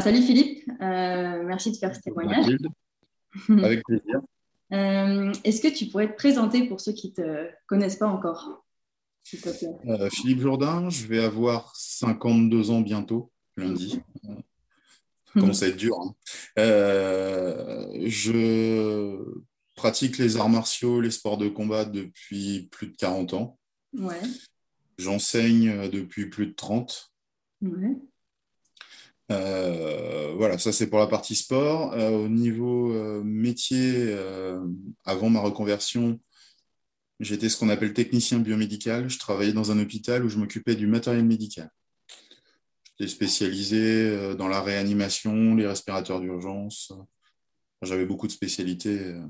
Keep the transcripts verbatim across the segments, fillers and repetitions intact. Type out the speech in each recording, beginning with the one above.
Salut Philippe, Euh, merci de faire ce témoignage. Mathilde, avec plaisir. Euh, est-ce que tu pourrais te présenter pour ceux qui ne te connaissent pas encore, s'il te plaît? Euh, Philippe Jourdain, je vais avoir cinquante-deux ans bientôt, lundi. Ça commence à être dur, hein. Euh, je pratique les arts martiaux, les sports de combat depuis plus de quarante ans. Ouais, J'enseigne depuis plus de trente. ouais, Euh, voilà, ça c'est pour la partie sport. Euh, au niveau euh, métier, euh, avant ma reconversion, j'étais ce qu'on appelle technicien biomédical. Je travaillais dans un hôpital où je m'occupais du matériel médical. J'étais spécialisé euh, dans la réanimation, les respirateurs d'urgence. J'avais beaucoup de spécialités. euh.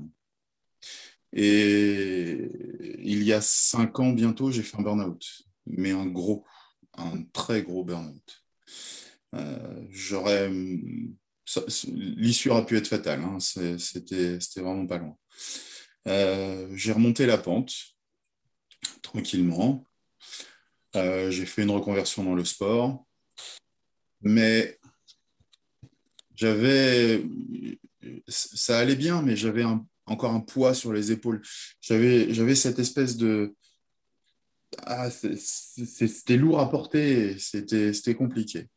Et il y a cinq ans bientôt, j'ai fait un burn-out, mais un gros, un très gros burn-out. Euh, j'aurais, ça- L'issue aurait pu être fatale, hein. C'est- C'était, c'était vraiment pas loin. Euh, j'ai remonté la pente tranquillement. Euh, j'ai fait une reconversion dans le sport, mais j'avais, ça allait bien, mais j'avais un- encore un poids sur les épaules. J'avais, j'avais cette espèce de, ah, c'est- c'est- c'était lourd à porter, c'était, c'était compliqué.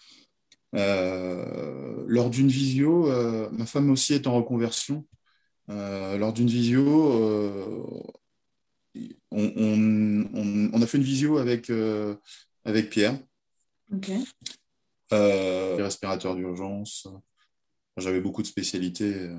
Euh, lors d'une visio, euh, ma femme aussi est en reconversion. Euh, lors d'une visio, euh, on, on- on- on a fait une visio avec, euh, avec Pierre, ok. euh, les respirateurs d'urgence. J'avais beaucoup de spécialités. euh,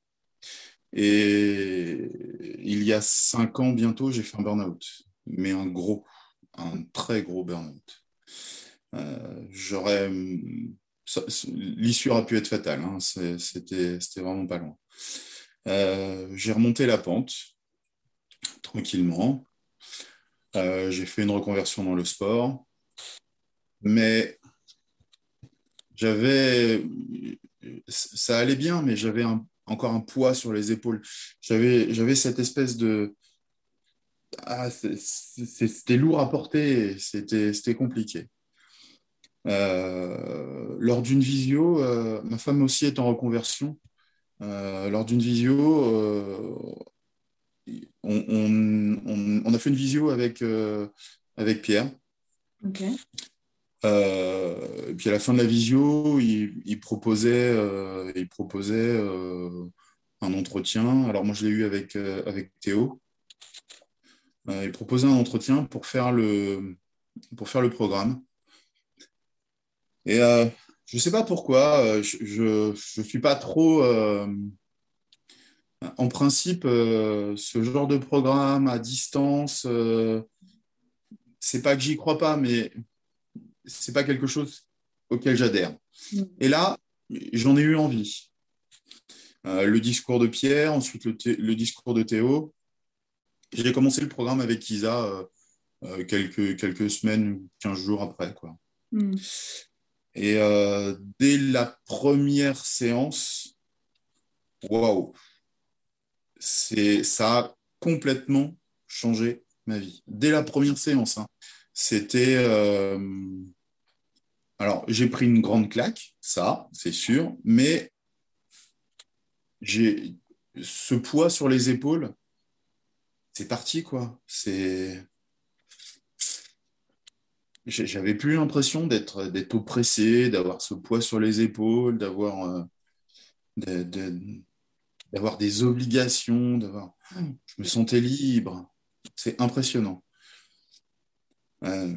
Et il y a cinq ans bientôt, j'ai fait un burn-out, mais un gros, un très gros burn-out. Euh, j'aurais, ça- L'issue aurait pu être fatale, hein. C'est- C'était, c'était vraiment pas loin. Euh, j'ai remonté la pente tranquillement. Euh, j'ai fait une reconversion dans le sport, mais j'avais, ça allait bien, mais j'avais un- encore un poids sur les épaules. J'avais, j'avais cette espèce de Ah, c'est- c'est- c'était lourd à porter, c'était c'était compliqué. Euh, lors d'une visio, euh, ma femme aussi est en reconversion. Euh, lors d'une visio, euh, on, on- on- on a fait une visio avec, euh, avec Pierre. Ok. Euh, et puis à la fin de la visio, il, il proposait, euh, il proposait euh, un entretien. Alors moi, je l'ai eu avec, euh, avec Théo. Euh, il proposait un entretien pour faire le, pour faire le programme. Et euh, je ne sais pas pourquoi, euh, je ne suis pas trop. Euh, en principe, euh, ce genre de programme à distance, euh, c'est pas que j'y crois pas, mais c'est pas quelque chose auquel j'adhère. Mm. Et là, j'en ai eu envie. Euh, le discours de Pierre, ensuite le, thé- le discours de Théo. J'ai commencé le programme avec Isa euh, euh, quelques, quelques semaines ou quinze jours après, quoi. Mm. Et euh, dès la première séance, waouh! c'est, ça a complètement changé ma vie. Dès la première séance, hein. C'était. Euh, alors, j'ai pris une grande claque, ça, c'est sûr, mais j'ai ce poids sur les épaules, c'est parti, quoi. C'est. J'avais plus l'impression d'être d'être oppressé, d'avoir ce poids sur les épaules, d'avoir euh, de- de- d'avoir des obligations, d'avoir. Je me sentais libre. C'est impressionnant. Euh,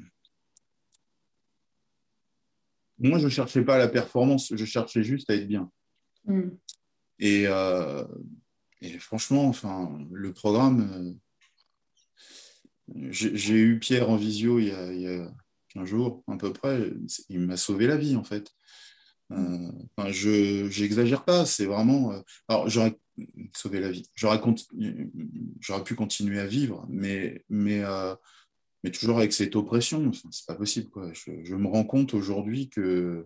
Moi, je ne cherchais pas la performance, je cherchais juste à être bien. Mm. Et, euh, et franchement, enfin, le programme, euh, j'ai j'ai eu Pierre en visio il y a, il y a quinze jours, à peu près. Il m'a sauvé la vie, en fait. Euh, enfin, je j'exagère pas, c'est vraiment. euh, alors, j'aurais sauvé la vie. J'aurais continu- j'aurais pu continuer à vivre, mais, mais, euh, mais toujours avec cette oppression. Enfin, c'est pas possible, quoi. Je, je me rends compte aujourd'hui que,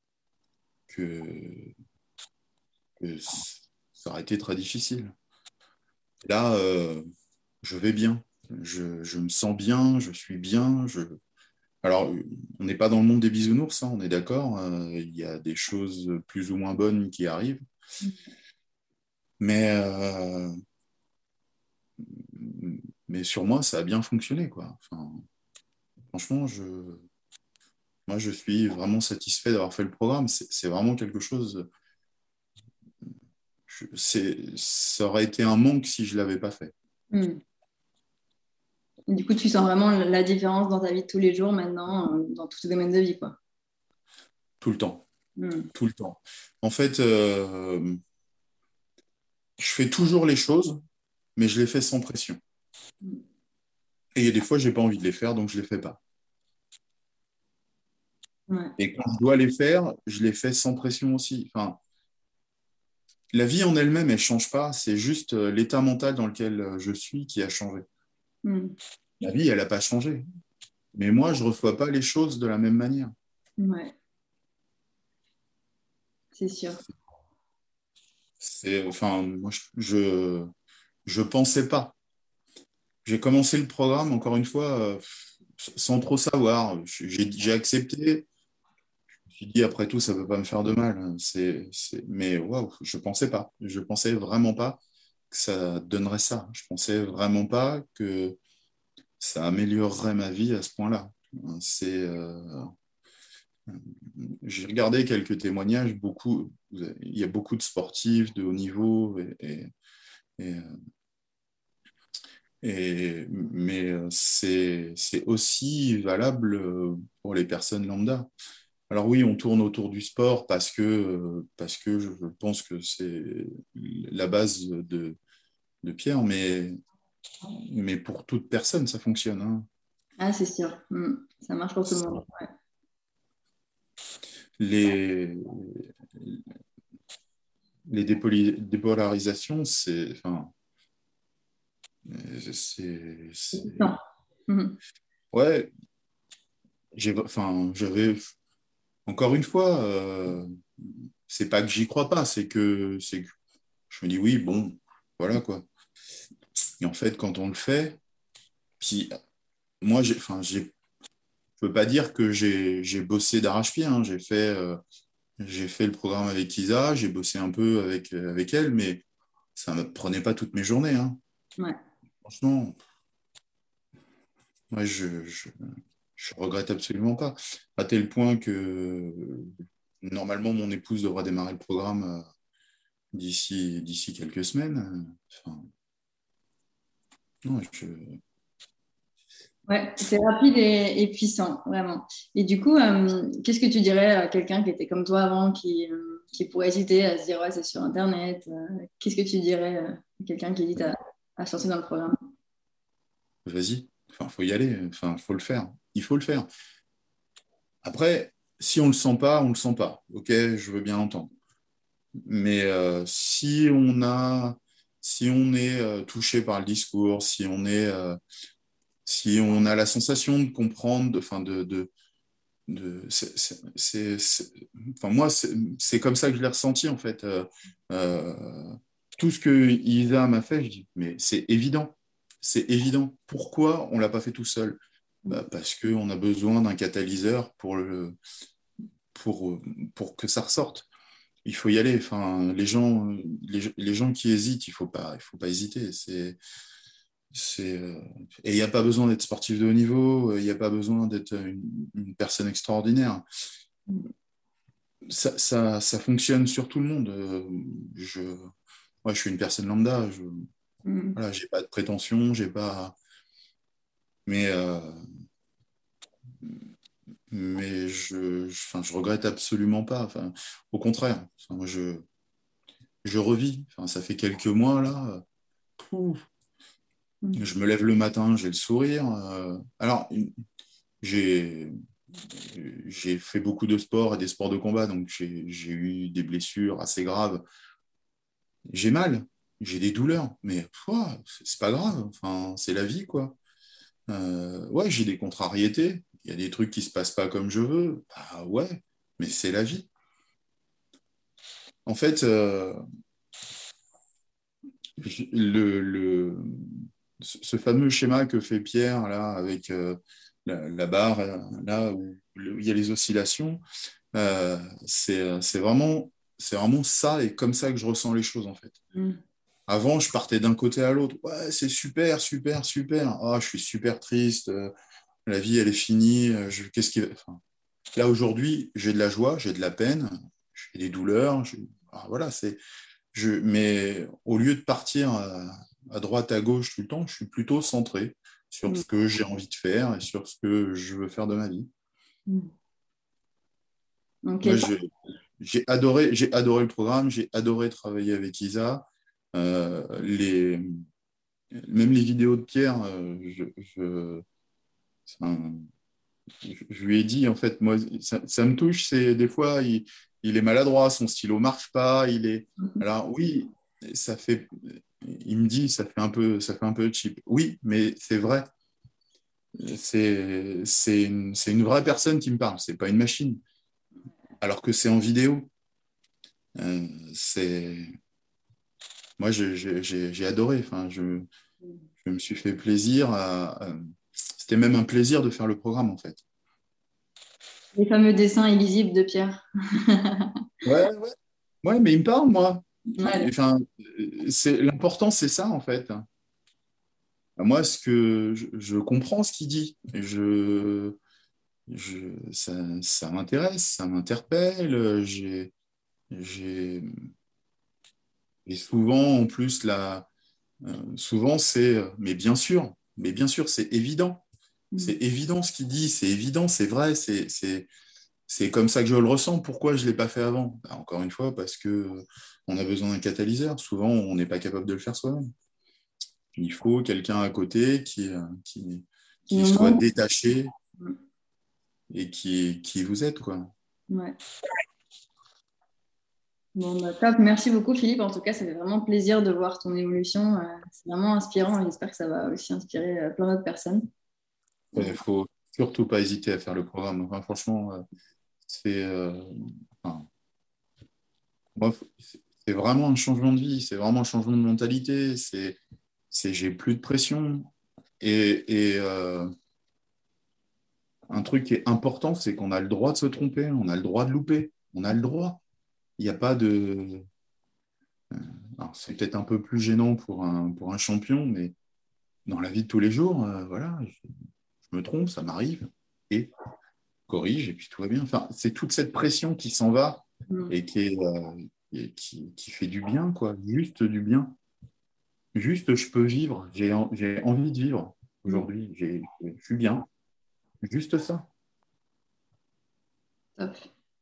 que, que ça aurait été très difficile. Là, euh, je vais bien. Je, je me sens bien, je suis bien. Je, Alors, on n'est pas dans le monde des bisounours, hein, on est d'accord. Euh, Il y a des choses plus ou moins bonnes qui arrivent. Mais, euh, mais sur moi, ça a bien fonctionné, quoi. Enfin, franchement, je, moi, je suis vraiment satisfait d'avoir fait le programme. C'est c'est vraiment quelque chose. Je- c'est, ça aurait été un manque si je ne l'avais pas fait. Mm. Du coup, tu sens vraiment la différence dans ta vie de tous les jours maintenant, euh, dans tous tes domaines de vie, quoi. Tout le temps. Mm. Tout le temps. En fait, euh, je fais toujours les choses, mais je les fais sans pression. Et il y a des fois, je n'ai pas envie de les faire, donc je ne les fais pas. Ouais. Et quand je dois les faire, je les fais sans pression aussi. Enfin, la vie en elle-même, elle ne change pas. C'est juste euh, l'état mental dans lequel euh, je suis qui a changé. Mm. La vie, elle n'a pas changé. Mais moi, je ne reçois pas les choses de la même manière. Ouais, c'est sûr. C'est, enfin, moi, je je pensais pas. J'ai commencé le programme, encore une fois, euh, sans trop savoir. J'ai j'ai accepté. Je me suis dit, après tout, ça ne peut pas me faire de mal. C'est, c'est... Mais waouh, je ne pensais pas. Je ne pensais vraiment pas que ça donnerait ça. Je ne pensais vraiment pas que ça améliorerait ma vie à ce point-là. C'est, euh, J'ai regardé quelques témoignages, beaucoup, il y a beaucoup de sportifs de haut niveau, et, et, et, et- mais c'est, c'est aussi valable pour les personnes lambda. Alors oui, on tourne autour du sport parce que, parce que je pense que c'est la base de, de Pierre, mais, mais pour toute personne, ça fonctionne, hein. Ah, c'est sûr. Mm. Ça marche pour tout le monde. Ouais. Les, les dépoli- dépolarisations, c'est, enfin, c'est, c'est- Non. Mhm. ouais, j'ai, enfin, j'avais, encore une fois, euh, c'est pas que j'y crois pas, c'est que, c'est que je me dis oui, bon, voilà quoi. Et en fait, quand on le fait, puis moi, j'ai, enfin, j'ai, je peux pas dire que j'ai, j'ai bossé d'arrache-pied, hein. J'ai fait, euh, j'ai fait le programme avec Isa, j'ai bossé un peu avec, euh, avec elle, mais ça ne me prenait pas toutes mes journées, hein. Ouais. Franchement, moi, je, je, je regrette absolument pas. À tel point que normalement, mon épouse devra démarrer le programme euh, d'ici, d'ici quelques semaines. Enfin, non, je, Ouais, c'est rapide et, et puissant, vraiment. Et du coup, euh, qu'est-ce que tu dirais à quelqu'un qui était comme toi avant, qui, euh, qui pourrait hésiter à se dire, ouais, c'est sur Internet. euh, qu'est-ce que tu dirais euh, à quelqu'un qui hésite à, à se lancer dans le programme? vas-y. Enfin, faut y aller. Enfin, faut le faire. Il faut le faire. Après, si on le sent pas, on le sent pas. Ok, je veux bien l'entendre. Mais euh, si on a, si on est euh, touché par le discours, si on est, euh, si on a la sensation de comprendre, de, enfin de, de, de c'est, c'est, c'est- c'est- enfin moi, c'est c'est comme ça que je l'ai ressenti en fait. Euh, euh, tout ce que Isa m'a fait, je dis, mais c'est évident, c'est évident. Pourquoi on l'a pas fait tout seul? Bah, parce qu'on a besoin d'un catalyseur pour le, pour, pour que ça ressorte. Il faut y aller. Enfin, les gens, les, les gens qui hésitent, il faut pas, il faut pas hésiter. C'est, c'est, euh, et il n'y a pas besoin d'être sportif de haut niveau. Il n'y a pas besoin d'être une, une personne extraordinaire. Ça, ça, ça fonctionne sur tout le monde. Euh, Je, moi, je suis une personne lambda. Je, Mm. voilà, j'ai pas de prétention, j'ai pas, mais, euh, mais je, je, enfin, je regrette absolument pas. Enfin, au contraire, enfin, moi, je, je revis. Enfin, ça fait quelques mois là. Pouf, Mm. je me lève le matin, j'ai le sourire. Euh, alors, j'ai j'ai fait beaucoup de sports et des sports de combat, donc j'ai j'ai eu des blessures assez graves. J'ai mal, j'ai des douleurs, mais pouah, c'est c'est pas grave. Enfin, c'est la vie, quoi. Euh, ouais, j'ai des contrariétés. Il y a des trucs qui se passent pas comme je veux. Bah ouais, mais c'est la vie. En fait, euh, le, le, ce fameux schéma que fait Pierre là avec euh, la, la barre, là où il y a les oscillations. Euh, c'est, c'est vraiment, c'est vraiment ça et comme ça que je ressens les choses en fait. Mm. Avant, je partais d'un côté à l'autre. Ouais, c'est super, super, super. Ah, je suis super triste. Euh, la vie, elle est finie. Euh, Je, qu'est-ce qui... enfin, là, aujourd'hui, j'ai de la joie, j'ai de la peine, j'ai des douleurs. Je- ah, voilà, c'est... Je... Mais au lieu de partir à, à droite, à gauche tout le temps, je suis plutôt centré sur Mm. ce que j'ai envie de faire et sur ce que je veux faire de ma vie. Mm. Ok, Moi, j'ai, j'ai adoré, j'ai adoré le programme, j'ai adoré travailler avec Isa. Euh, les, même les vidéos de Pierre, euh, je, je, enfin, je- je lui ai dit, en fait, moi, ça, ça me touche, c'est des fois, il, il est maladroit, son stylo marche pas, il est... Alors oui, ça fait... Il me dit, ça fait un peu, ça fait un peu cheap. Oui, mais c'est vrai. C'est, c'est une, c'est une vraie personne qui me parle, c'est pas une machine. Alors que c'est en vidéo. Euh, c'est... Moi, je- je- j'ai j'ai adoré. Enfin, je, je me suis fait plaisir. À, à- C'était même un plaisir de faire le programme, en fait. les fameux dessins illisibles de Pierre. Ouais, ouais. Ouais, mais il me parle, moi. Ouais. Enfin, c'est, l'important, c'est ça, en fait. Moi, ce que je, je comprends ce qu'il dit. Et Je, je, ça, ça m'intéresse, ça m'interpelle. J'ai, j'ai, et souvent, en plus, la, euh, souvent, c'est, euh, mais bien sûr, mais bien sûr, c'est évident. Mm. C'est évident ce qu'il dit, c'est évident, c'est vrai, c'est, c'est, c'est comme ça que je le ressens. Pourquoi je ne l'ai pas fait avant? Bah, encore une fois, parce que euh, on a besoin d'un catalyseur. Souvent, on n'est pas capable de le faire soi-même. Il faut quelqu'un à côté qui, euh, qui, Qui qui nous soit montre. détaché et qui, qui vous aide, quoi. Ouais. Bon, bah, top. Merci beaucoup, Philippe. En tout cas, ça fait vraiment plaisir de voir ton évolution. Euh, c'est vraiment inspirant et j'espère que ça va aussi inspirer euh, plein d'autres personnes. Il ne faut surtout pas hésiter à faire le programme. Enfin, franchement, euh, c'est euh, enfin, moi, c'est vraiment un changement de vie, c'est vraiment un changement de mentalité. C'est, c'est j'ai plus de pression. Et, et euh, un truc qui est important, c'est qu'on a le droit de se tromper, on a le droit de louper, on a le droit. Il n'y a pas de. Alors, c'est peut-être un peu plus gênant pour un, pour un champion, mais dans la vie de tous les jours, euh, voilà, je, je me trompe, ça m'arrive, et corrige, et puis tout va bien. Enfin, c'est toute cette pression qui s'en va Mm. et qui, est, euh, et qui, qui fait du bien, quoi, juste du bien. Juste, je peux vivre, j'ai en- j'ai envie de vivre Mm. aujourd'hui, j'ai- je suis bien, juste ça. Top.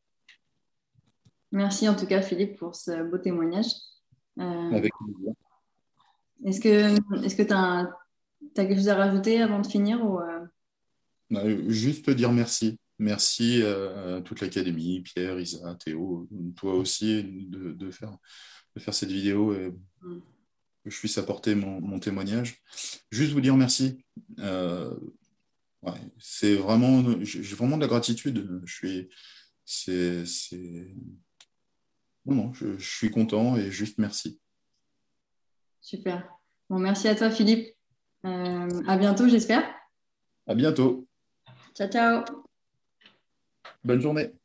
Merci en tout cas, Philippe, pour ce beau témoignage. Euh, Avec plaisir. est-ce que est-ce que tu as, quelque chose à rajouter avant de finir ou, euh, Euh, Juste dire merci. Merci euh, à toute l'académie, Pierre, Isa, Théo, toi aussi, de, de faire, de faire cette vidéo et Mm. que je puisse apporter mon, mon témoignage. Juste vous dire merci. Euh, ouais, c'est vraiment, j'ai j'ai vraiment de la gratitude. Je suis, c'est, c'est, non, non, je, je suis content et juste merci. Super. Bon, merci à toi, Philippe. Euh, à bientôt, j'espère. À bientôt. Ciao, ciao. Bonne journée.